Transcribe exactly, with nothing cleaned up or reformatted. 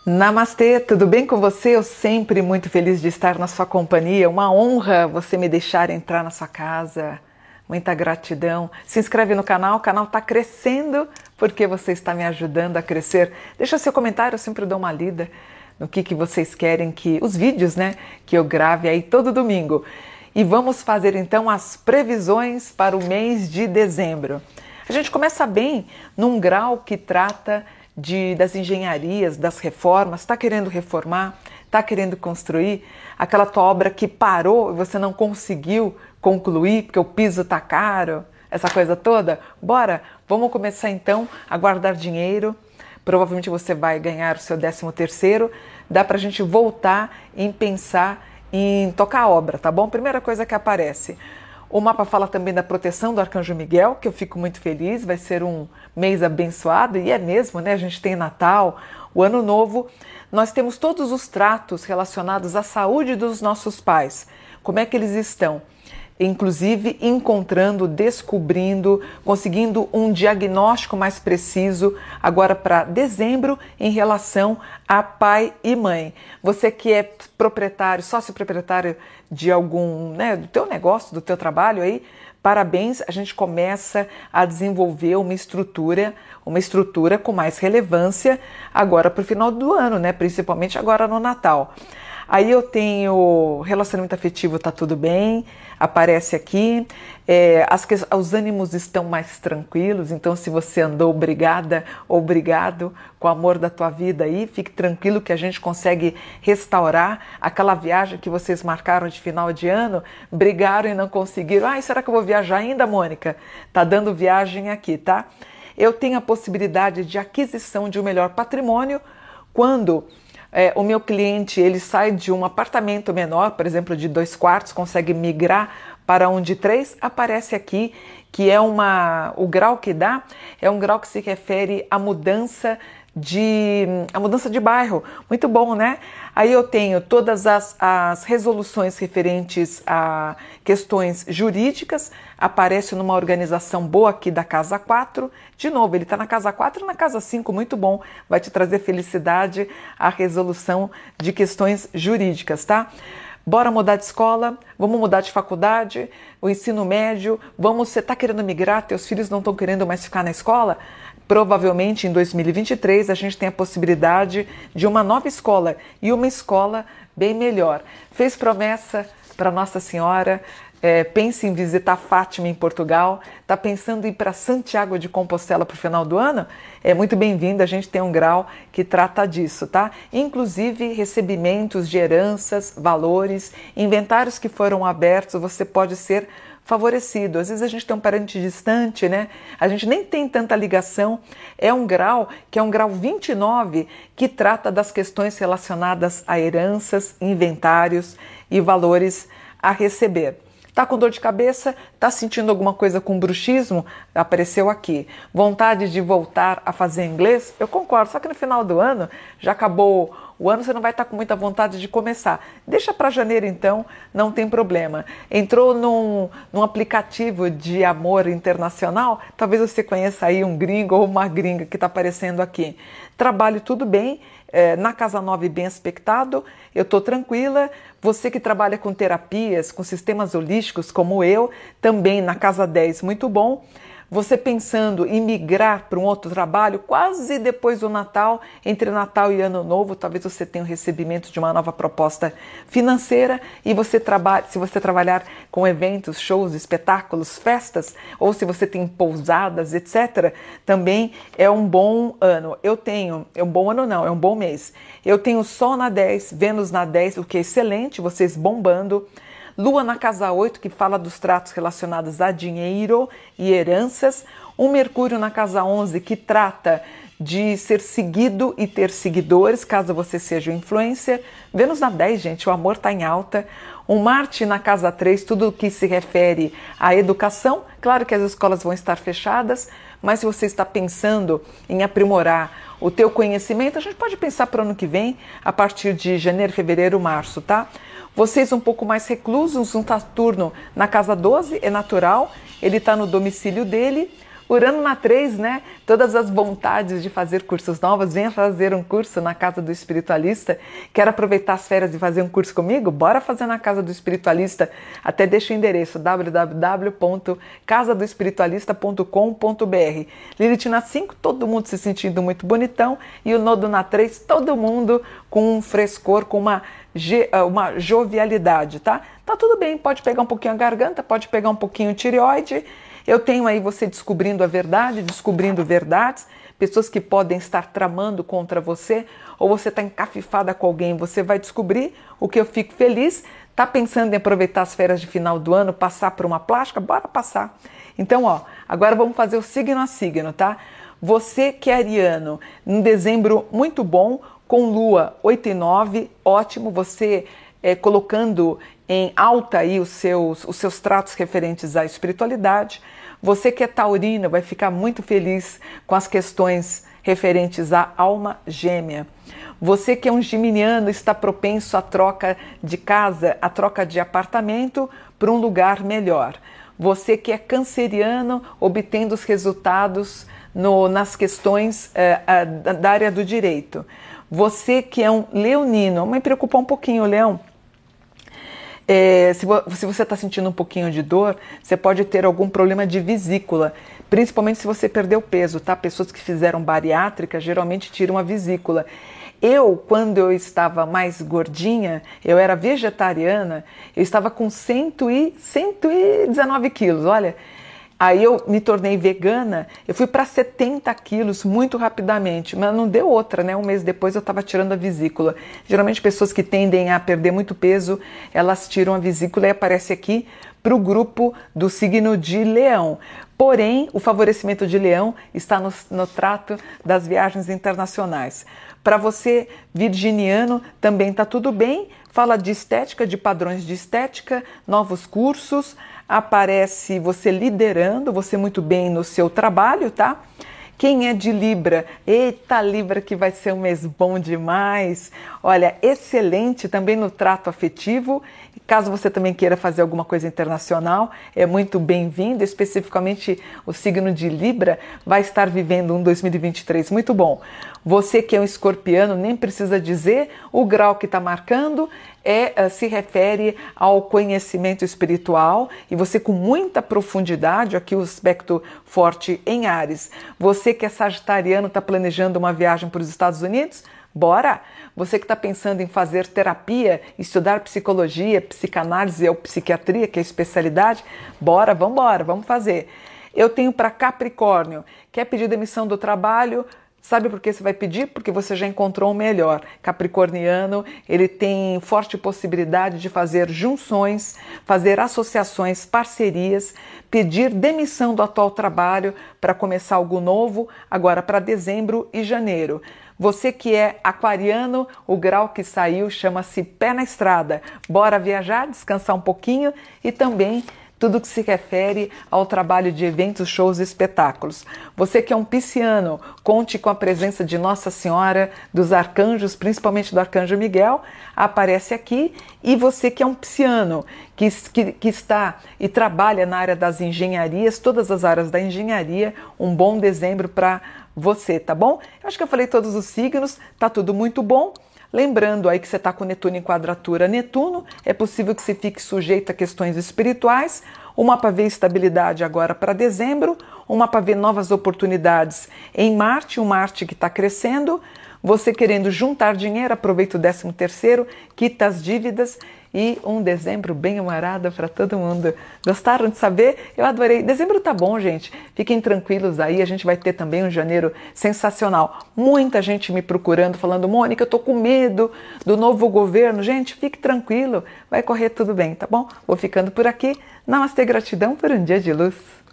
Namastê, tudo bem com você? Eu sempre muito feliz de estar na sua companhia. Uma honra você me deixar entrar na sua casa. Muita gratidão. Se inscreve no canal, o canal está crescendo porque você está me ajudando a crescer. Deixa seu comentário, eu sempre dou uma lida no que, que vocês querem que... Os vídeos, né? Que eu grave aí todo domingo. E vamos fazer então as previsões para o mês de dezembro. A gente começa bem num grau que trata de, das engenharias, das reformas. Está querendo reformar? Está querendo construir? Aquela tua obra que parou e você não conseguiu concluir porque o piso está caro, essa coisa toda? Bora, vamos começar então a guardar dinheiro. Provavelmente você vai ganhar o seu décimo terceiro. Dá para a gente voltar em pensar em tocar a obra, tá bom? Primeira coisa que aparece. O mapa fala também da proteção do Arcanjo Miguel, que eu fico muito feliz, vai ser um mês abençoado, e é mesmo, né? A gente tem Natal, o Ano Novo, nós temos todos os tratos relacionados à saúde dos nossos pais. Como é que eles estão? Inclusive encontrando, descobrindo, conseguindo um diagnóstico mais preciso agora para dezembro em relação a pai e mãe. Você que é proprietário, sócio proprietário de algum, né, do teu negócio, do teu trabalho aí, parabéns, a gente começa a desenvolver uma estrutura, uma estrutura com mais relevância agora para o final do ano, né, principalmente agora no Natal. Aí eu tenho relacionamento afetivo, tá tudo bem, aparece aqui, é, as, os ânimos estão mais tranquilos, então se você andou obrigada ou obrigado com o amor da tua vida aí, fique tranquilo que a gente consegue restaurar aquela viagem que vocês marcaram de final de ano, brigaram e não conseguiram. Ai, será que eu vou viajar ainda, Mônica? Tá dando viagem aqui, tá? Eu tenho a possibilidade de aquisição de um melhor patrimônio quando... É, o meu cliente ele sai de um apartamento menor, por exemplo, de dois quartos, consegue migrar para um de três, aparece aqui que é uma, o grau que dá é um grau que se refere à mudança de, a mudança de bairro. Muito bom, né? Aí eu tenho todas as, as resoluções referentes a questões jurídicas, aparece numa organização boa aqui da casa quatro. De novo, ele está na casa quatro e na casa cinco, muito bom. Vai te trazer felicidade a resolução de questões jurídicas, tá? Bora mudar de escola, vamos mudar de faculdade, o ensino médio, vamos, você está querendo migrar, teus filhos não estão querendo mais ficar na escola? Provavelmente em dois mil e vinte e três a gente tem a possibilidade de uma nova escola e uma escola bem melhor. Fez promessa para Nossa Senhora, é, pense em visitar Fátima em Portugal, está pensando em ir para Santiago de Compostela para o final do ano? É muito bem-vindo, a gente tem um grau que trata disso, tá? Inclusive recebimentos de heranças, valores, inventários que foram abertos, você pode ser favorecido. Às vezes a gente tem um parente distante, né? A gente nem tem tanta ligação. É um grau que é um grau vinte e nove que trata das questões relacionadas a heranças, inventários e valores a receber. Tá com dor de cabeça? Tá sentindo alguma coisa com bruxismo? Apareceu aqui. Vontade de voltar a fazer inglês? Eu concordo, só que no final do ano, já acabou o ano, você não vai estar com muita vontade de começar. Deixa para janeiro então, não tem problema. Entrou num, num aplicativo de amor internacional? Talvez você conheça aí um gringo ou uma gringa que está aparecendo aqui. Trabalho tudo bem, é, na casa nove bem aspectado, eu estou tranquila. Você que trabalha com terapias, com sistemas holísticos como eu, também na casa dez, muito bom. Você pensando em migrar para um outro trabalho, quase depois do Natal, entre Natal e Ano Novo, talvez você tenha o recebimento de uma nova proposta financeira e você trabalha, se você trabalhar com eventos, shows, espetáculos, festas, ou se você tem pousadas, etcétera, também é um bom ano. Eu tenho, é um bom ano não, é um bom mês. Eu tenho Sol na dez, Vênus na dez, o que é excelente, vocês bombando. Lua na casa oito, que fala dos tratos relacionados a dinheiro e heranças. Um Mercúrio na casa onze, que trata de ser seguido e ter seguidores, caso você seja um influencer. Vênus na dez, gente, o amor está em alta. Um Marte na casa três, tudo que se refere à educação. Claro que as escolas vão estar fechadas, mas se você está pensando em aprimorar o teu conhecimento, a gente pode pensar para o ano que vem, a partir de janeiro, fevereiro, março, tá? Vocês um pouco mais reclusos, um Saturno na casa doze, é natural, ele está no domicílio dele. Urano na três, né? Todas as vontades de fazer cursos novos, venha fazer um curso na Casa do Espiritualista. Quer aproveitar as férias e fazer um curso comigo? Bora fazer na Casa do Espiritualista. Até deixa o endereço w w w ponto casa do espiritualista ponto com ponto b r. Lilith na cinco, todo mundo se sentindo muito bonitão, e o Nodo na três, todo mundo com um frescor, com uma, uma jovialidade, tá? Tá tudo bem, pode pegar um pouquinho a garganta, pode pegar um pouquinho o tireoide. Eu tenho aí você descobrindo a verdade, descobrindo verdades, pessoas que podem estar tramando contra você, ou você está encafifada com alguém, você vai descobrir. O que eu fico feliz. Tá pensando em aproveitar as férias de final do ano, passar por uma plástica? Bora passar. Então, ó, agora vamos fazer o signo a signo, tá? Você que é ariano, em dezembro muito bom, com lua oito e nove, ótimo, você é, colocando em alta aí os seus, os seus tratos referentes à espiritualidade. Você que é taurino vai ficar muito feliz com as questões referentes à alma gêmea. Você que é um geminiano está propenso à troca de casa, à troca de apartamento para um lugar melhor. Você que é canceriano, obtendo os resultados no, nas questões uh, uh, da área do direito. Você que é um leonino, me preocupa um pouquinho, Leão. É, se, vo se você está sentindo um pouquinho de dor, você pode ter algum problema de vesícula, principalmente se você perdeu peso, tá? Pessoas que fizeram bariátrica geralmente tiram a vesícula. Eu, quando eu estava mais gordinha, eu era vegetariana, eu estava com cento e dezenove quilos, olha. Aí eu me tornei vegana, eu fui para setenta quilos muito rapidamente, mas não deu outra, né? Um mês depois eu estava tirando a vesícula. Geralmente pessoas que tendem a perder muito peso, elas tiram a vesícula e aparece aqui para o grupo do signo de Leão. Porém, o favorecimento de Leão está no, no trato das viagens internacionais. Para você, virginiano, também está tudo bem. Fala de estética, de padrões de estética, novos cursos. Aparece você liderando, você muito bem no seu trabalho, tá? Quem é de Libra? Eita, Libra, que vai ser um mês bom demais. Olha, excelente também no trato afetivo. Caso você também queira fazer alguma coisa internacional, é muito bem-vindo. Especificamente o signo de Libra vai estar vivendo um dois mil e vinte e três muito bom. Você que é um escorpiano, nem precisa dizer, o grau que está marcando é, se refere ao conhecimento espiritual, e você com muita profundidade, aqui o aspecto forte em Áries. Você que é sagitariano, está planejando uma viagem para os Estados Unidos? Bora! Você que está pensando em fazer terapia, estudar psicologia, psicanálise ou psiquiatria, que é a especialidade, bora, vamos embora, vamos fazer. Eu tenho para Capricórnio, quer pedir demissão do trabalho? Sabe por que você vai pedir? Porque você já encontrou o melhor. Capricorniano, ele tem forte possibilidade de fazer junções, fazer associações, parcerias, pedir demissão do atual trabalho para começar algo novo, agora para dezembro e janeiro. Você que é aquariano, o grau que saiu chama-se pé na estrada. Bora viajar, descansar um pouquinho e também tudo que se refere ao trabalho de eventos, shows e espetáculos. Você que é um pisciano, conte com a presença de Nossa Senhora, dos arcanjos, principalmente do arcanjo Miguel, aparece aqui. E você que é um pisciano, que, que, que está e trabalha na área das engenharias, todas as áreas da engenharia, um bom dezembro para você, tá bom? Eu acho que eu falei todos os signos, tá tudo muito bom. Lembrando aí que você está com Netuno em quadratura Netuno, é possível que você fique sujeito a questões espirituais. Uma para ver estabilidade agora para dezembro, uma para ver novas oportunidades em Marte, um Marte que está crescendo. Você querendo juntar dinheiro, aproveita o décimo terceiro, quita as dívidas e um dezembro bem humorado para todo mundo. Gostaram de saber? Eu adorei. Dezembro tá bom, gente. Fiquem tranquilos aí, a gente vai ter também um janeiro sensacional. Muita gente me procurando, falando, Mônica, eu tô com medo do novo governo. Gente, fique tranquilo, vai correr tudo bem, tá bom? Vou ficando por aqui. Namastê, gratidão por um dia de luz.